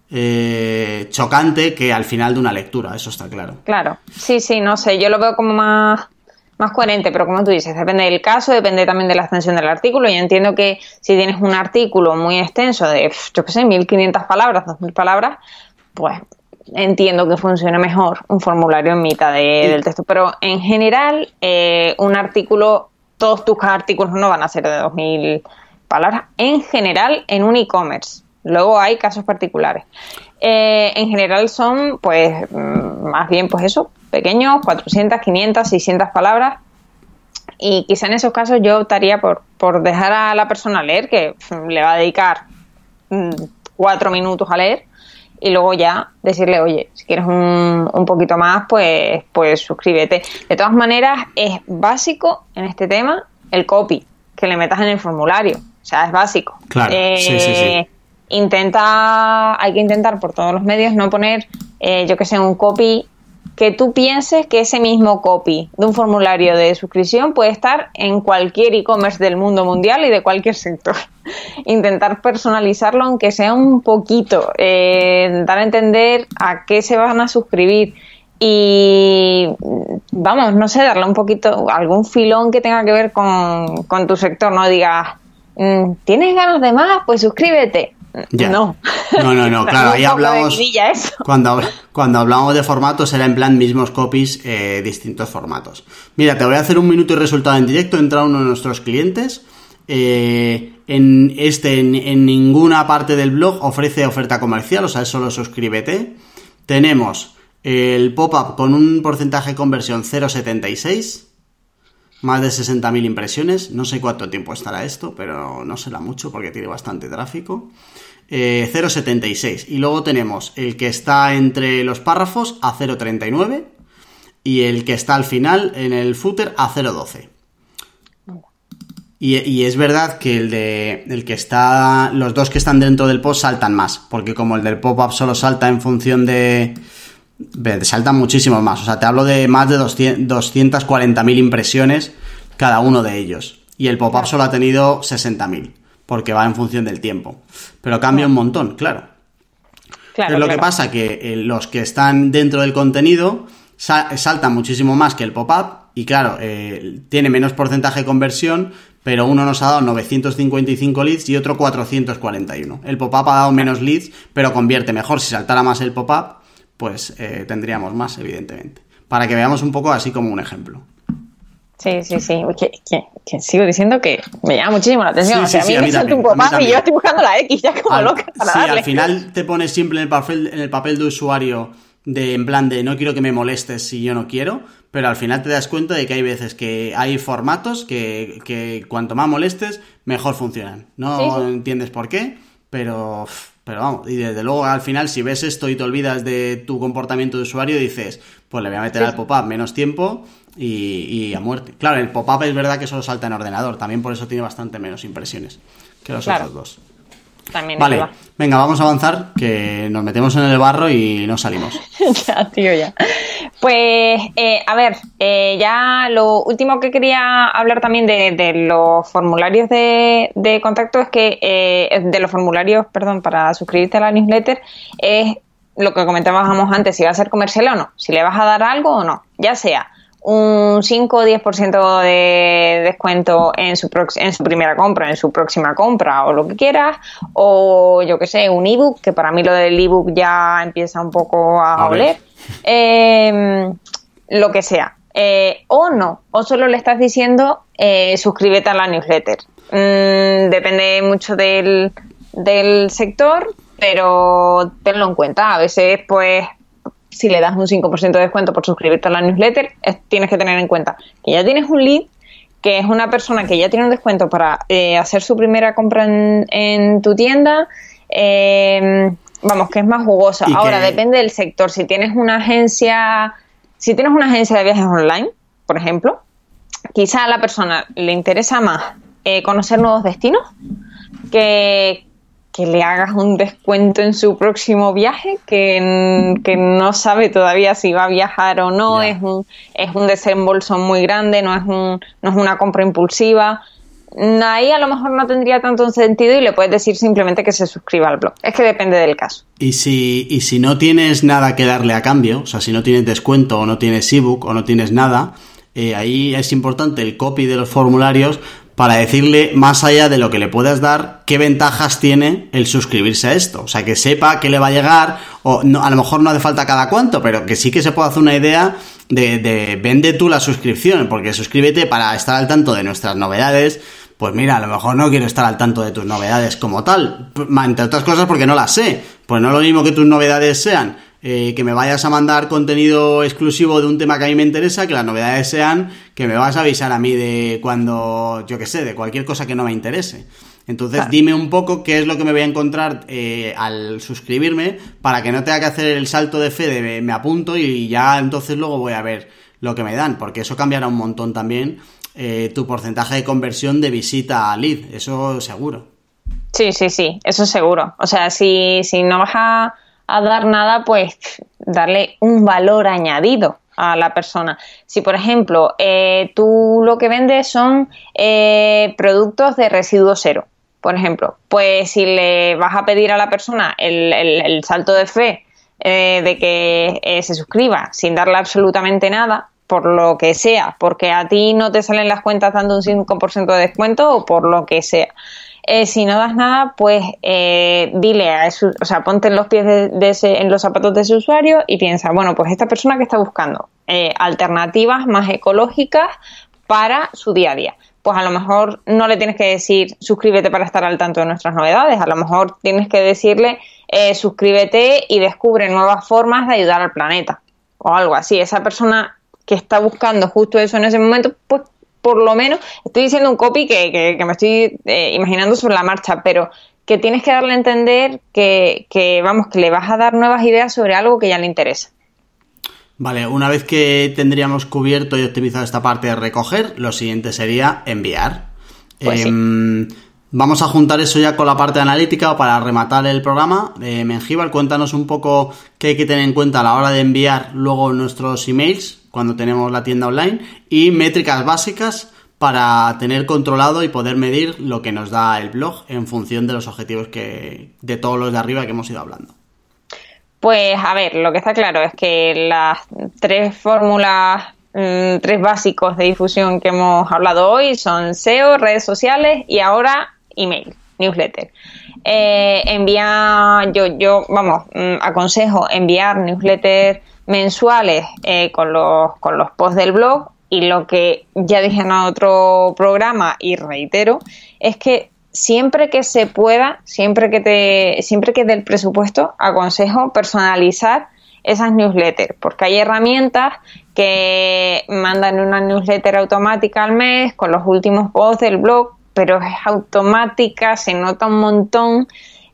Eh, chocante que al final de una lectura, eso está claro. Claro, sí, sí, no sé, yo lo veo como más, más coherente, pero como tú dices, depende del caso, depende también de la extensión del artículo, y entiendo que si tienes un artículo muy extenso de, yo qué sé, mil quinientas palabras, dos mil palabras, pues entiendo que funcione mejor un formulario en mitad de, sí. del texto, pero en general, eh, un artículo, todos tus artículos no van a ser de dos mil palabras, en general, en un e-commerce. Luego hay casos particulares. Eh, en general son, pues, más bien, pues eso, pequeños, cuatrocientas, quinientas, seiscientas palabras. Y quizá en esos casos yo optaría por, por dejar a la persona leer, que le va a dedicar mmm, cuatro minutos a leer, y luego ya decirle, oye, si quieres un, un poquito más, pues, pues suscríbete. De todas maneras, es básico en este tema el copy que le metas en el formulario. O sea, es básico. Claro, eh, sí, sí, sí. Intenta, hay que intentar por todos los medios no poner, eh, yo que sé, un copy que tú pienses que ese mismo copy de un formulario de suscripción puede estar en cualquier e-commerce del mundo mundial y de cualquier sector. Intentar personalizarlo aunque sea un poquito, eh, dar a entender a qué se van a suscribir y, vamos, no sé, darle un poquito, algún filón que tenga que ver con, con tu sector, no digas, ¿tienes ganas de más? Pues suscríbete. Ya. No. No, no, no, claro, ahí hablamos, cuando, cuando hablamos de formatos era en plan mismos copies, eh, distintos formatos. Mira, te voy a hacer un minuto y resultado en directo, entra uno de nuestros clientes, eh, en este, en, en ninguna parte del blog ofrece oferta comercial, o sea, es solo suscríbete. Tenemos el pop-up con un porcentaje de conversión cero coma setenta y seis, más de sesenta mil impresiones, no sé cuánto tiempo estará esto, pero no será mucho porque tiene bastante tráfico. Eh, cero coma setenta y seis, y luego tenemos el que está entre los párrafos a cero coma treinta y nueve y el que está al final en el footer a cero coma doce. Y, y es verdad que el de el que está, los dos que están dentro del post saltan más, porque como el del pop-up solo salta en función de, de saltan muchísimos más, o sea, te hablo de más de doscientas cuarenta mil impresiones cada uno de ellos, y el pop-up solo ha tenido sesenta mil, porque va en función del tiempo, pero cambia un montón, claro. Claro, es lo claro. que pasa que eh, los que están dentro del contenido sal- saltan muchísimo más que el pop-up, y claro, eh, tiene menos porcentaje de conversión, pero uno nos ha dado novecientos cincuenta y cinco leads y otro cuatrocientos cuarenta y uno. El pop-up ha dado menos leads, pero convierte mejor. Si saltara más el pop-up, pues eh, tendríamos más, evidentemente. Para que veamos un poco así como un ejemplo. Sí, sí, sí. Que, que, que sigo diciendo que me llama muchísimo la atención. Sí, o sea, sí, a mí sí, me salta un pop-up y yo estoy buscando la X ya como al, loca para sí, darle. Al final te pones siempre en el papel, en el papel de usuario de en plan de no quiero que me molestes si yo no quiero, pero al final te das cuenta de que hay veces que hay formatos que, que cuanto más molestes, mejor funcionan. No sí, sí. entiendes por qué, pero, pero vamos, y desde luego al final si ves esto y te olvidas de tu comportamiento de usuario, dices, pues le voy a meter sí. al pop-up menos tiempo y, y a muerte. Claro, el pop-up es verdad que solo salta en ordenador, también por eso tiene bastante menos impresiones que los claro. otros dos. también vale, ayuda. Venga, vamos a avanzar, que nos metemos en el barro y no salimos. Ya, tío, ya. Pues, eh, a ver, eh, ya lo último que quería hablar también de, de los formularios de, de contacto es que, eh, de los formularios, perdón, para suscribirte a la newsletter, es lo que comentábamos antes, si va a ser comercial o no, si le vas a dar algo o no, ya sea un cinco o diez por ciento de descuento en su, prox- en su primera compra, en su próxima compra o lo que quieras, o yo que sé, un ebook, que para mí lo del ebook ya empieza un poco a, a oler, eh, lo que sea, eh, o no, o solo le estás diciendo eh, suscríbete a la newsletter. Mm, depende mucho del, del sector, pero tenlo en cuenta, a veces pues si le das un cinco por ciento de descuento por suscribirte a la newsletter, es, tienes que tener en cuenta que ya tienes un lead, que es una persona que ya tiene un descuento para eh, hacer su primera compra en, en tu tienda, eh, vamos, que es más jugosa. Ahora, que... depende del sector. Si tienes una agencia, si tienes una agencia de viajes online, por ejemplo, quizá a la persona le interesa más eh, conocer nuevos destinos que... que le hagas un descuento en su próximo viaje, que, que no sabe todavía si va a viajar o no, yeah. es un es un desembolso muy grande, no es un no es una compra impulsiva. Ahí a lo mejor no tendría tanto sentido y le puedes decir simplemente que se suscriba al blog. Es que depende del caso. Y si, y si no tienes nada que darle a cambio, o sea, si no tienes descuento o no tienes ebook o no tienes nada, eh, ahí es importante el copy de los formularios para decirle, más allá de lo que le puedas dar, qué ventajas tiene el suscribirse a esto. O sea, que sepa que le va a llegar, o no, a lo mejor no hace falta cada cuánto, pero que sí que se pueda hacer una idea de, de vende tú la suscripción, porque suscríbete para estar al tanto de nuestras novedades. Pues mira, a lo mejor no quiero estar al tanto de tus novedades como tal, entre otras cosas porque no las sé. Pues no es lo mismo que tus novedades sean Eh, que me vayas a mandar contenido exclusivo de un tema que a mí me interesa, que las novedades sean que me vas a avisar a mí de cuando, yo que sé, de cualquier cosa que no me interese. Entonces, claro, dime un poco qué es lo que me voy a encontrar eh, al suscribirme, para que no tenga que hacer el salto de fe de me apunto y ya entonces luego voy a ver lo que me dan, porque eso cambiará un montón también eh, tu porcentaje de conversión de visita a lead, eso seguro. Sí, sí, sí, eso seguro. O sea, si, si no vas a a dar nada, pues darle un valor añadido a la persona. Si, por ejemplo, eh, tú lo que vendes son eh, productos de residuo cero, por ejemplo, pues si le vas a pedir a la persona el, el, el salto de fe eh, de que eh, se suscriba sin darle absolutamente nada, por lo que sea, porque a ti no te salen las cuentas dando un cinco por ciento de descuento o por lo que sea. Eh, si no das nada, pues eh, dile a eso, o sea, ponte en los pies de, de ese, en los zapatos de ese usuario y piensa, bueno, pues esta persona que está buscando eh, alternativas más ecológicas para su día a día. Pues a lo mejor no le tienes que decir suscríbete para estar al tanto de nuestras novedades, a lo mejor tienes que decirle eh, suscríbete y descubre nuevas formas de ayudar al planeta o algo así. Esa persona que está buscando justo eso en ese momento, pues por lo menos, estoy diciendo un copy que, que, que me estoy eh, imaginando sobre la marcha, pero que tienes que darle a entender que, que, vamos, que le vas a dar nuevas ideas sobre algo que ya le interesa. Vale, una vez que tendríamos cubierto y optimizado esta parte de recoger, lo siguiente sería enviar. Pues eh, sí. Vamos a juntar eso ya con la parte analítica o para rematar el programa. Eh, Mengíbar, cuéntanos un poco qué hay que tener en cuenta a la hora de enviar luego nuestros emails cuando tenemos la tienda online y métricas básicas para tener controlado y poder medir lo que nos da el blog en función de los objetivos que de todos los de arriba que hemos ido hablando. Pues a ver, lo que está claro es que las tres fórmulas, mmm, tres básicos de difusión que hemos hablado hoy son S E O, redes sociales y ahora email, newsletter. Eh, envía, yo, yo, vamos, mmm, aconsejo enviar newsletters mensuales eh, con los con los posts del blog, y lo que ya dije en otro programa y reitero es que siempre que se pueda, siempre que te siempre que dé el presupuesto, aconsejo personalizar esas newsletters, porque hay herramientas que mandan una newsletter automática al mes con los últimos posts del blog, pero es automática, se nota un montón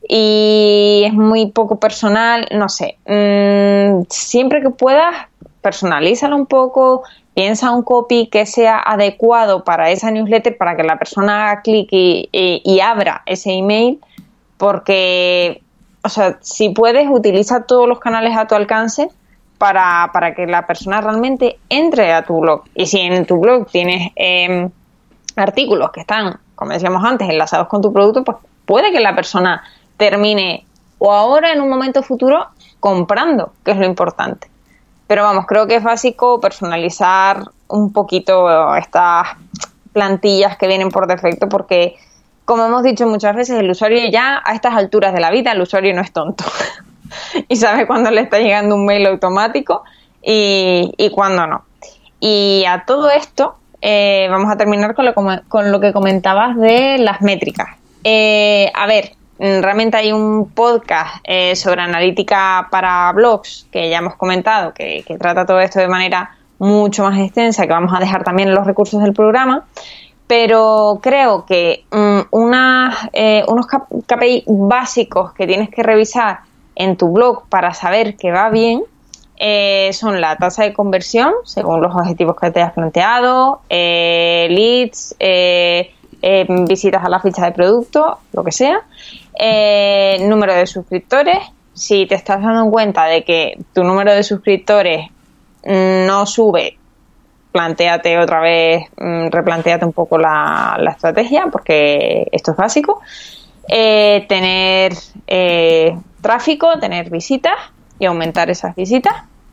y es muy poco personal, no sé. Mm, siempre que puedas, personalízalo un poco, piensa un copy que sea adecuado para esa newsletter, para que la persona haga clic y, y, y abra ese email porque, o sea, si puedes, utiliza todos los canales a tu alcance para, para que la persona realmente entre a tu blog. Y si en tu blog tienes eh, artículos que están, como decíamos antes, enlazados con tu producto, pues puede que la persona termine o ahora en un momento futuro comprando, que es lo importante. Pero vamos, creo que es básico personalizar un poquito estas plantillas que vienen por defecto, porque como hemos dicho muchas veces, el usuario ya a estas alturas de la vida, el usuario no es tonto y sabe cuándo le está llegando un mail automático y, y cuándo no. Y a todo esto eh, vamos a terminar con lo, con lo que comentabas de las métricas. Eh, a ver, realmente hay un podcast eh, sobre analítica para blogs que ya hemos comentado, que, que trata todo esto de manera mucho más extensa, que vamos a dejar también en los recursos del programa, pero creo que um, una, eh, unos K P I básicos que tienes que revisar en tu blog para saber que va bien eh, son la tasa de conversión, según los objetivos que te has planteado, eh, leads, eh, eh, visitas a la ficha de producto, lo que sea, eh, número de suscriptores. Si te estás dando cuenta de que tu número de suscriptores no sube, plantéate otra vez, replantéate un poco la, la estrategia, porque esto es básico. Eh, tener eh, tráfico, tener visitas y aumentar esas visitas.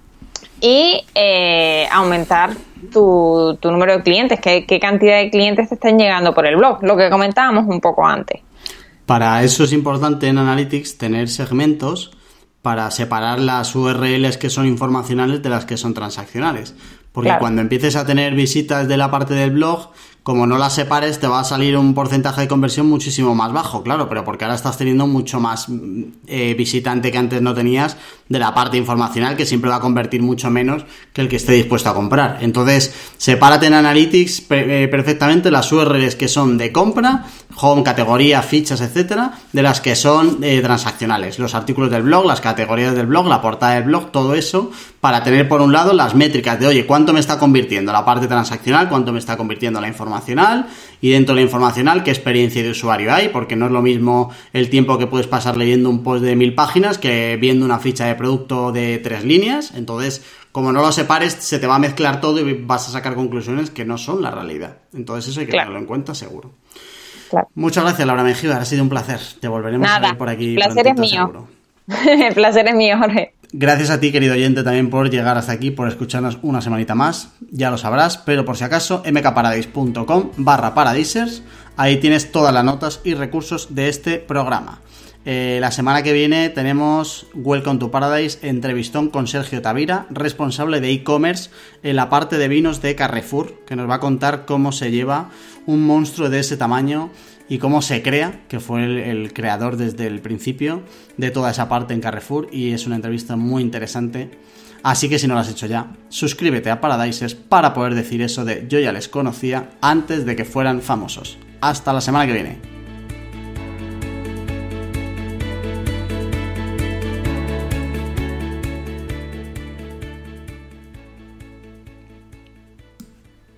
Y eh, aumentar tu, tu número de clientes, qué, qué cantidad de clientes te están llegando por el blog, lo que comentábamos un poco antes. Para eso es importante en Analytics tener segmentos para separar las U R Ls que son informacionales de las que son transaccionales. Porque claro, cuando empieces a tener visitas de la parte del blog, como no las separes, te va a salir un porcentaje de conversión muchísimo más bajo, claro, pero porque ahora estás teniendo mucho más eh, visitante que antes no tenías de la parte informacional, que siempre va a convertir mucho menos que el que esté dispuesto a comprar. Entonces, sepárate en Analytics eh, perfectamente las U R Ls que son de compra, home, categoría, fichas, etcétera, de las que son eh, transaccionales. Los artículos del blog, las categorías del blog, la portada del blog, todo eso, para tener por un lado las métricas de, oye, ¿cuánto me está convirtiendo la parte transaccional? ¿Cuánto me está convirtiendo la informacional? Y dentro de la informacional, ¿qué experiencia de usuario hay? Porque no es lo mismo el tiempo que puedes pasar leyendo un post de mil páginas que viendo una ficha de producto de tres líneas. Entonces, como no lo separes, se te va a mezclar todo y vas a sacar conclusiones que no son la realidad. Entonces eso hay que claro. tenerlo en cuenta seguro. Claro. Muchas gracias, Laura Mengíbar, ha sido un placer. Te volveremos Nada, a ver por aquí. El placer es mío. Seguro. El placer es mío, Jorge. Gracias a ti, querido oyente, también por llegar hasta aquí, por escucharnos una semanita más. Ya lo sabrás, pero por si acaso, mkparadise.com barra paradisers. Ahí tienes todas las notas y recursos de este programa. Eh, la semana que viene tenemos Welcome to Paradise, entrevistón con Sergio Tavira, responsable de e-commerce en la parte de vinos de Carrefour, que nos va a contar cómo se lleva un monstruo de ese tamaño y cómo se crea, que fue el, el creador desde el principio de toda esa parte en Carrefour, y es una entrevista muy interesante. Así que si no lo has hecho ya, suscríbete a Paradisers para poder decir eso de yo ya les conocía antes de que fueran famosos. Hasta la semana que viene.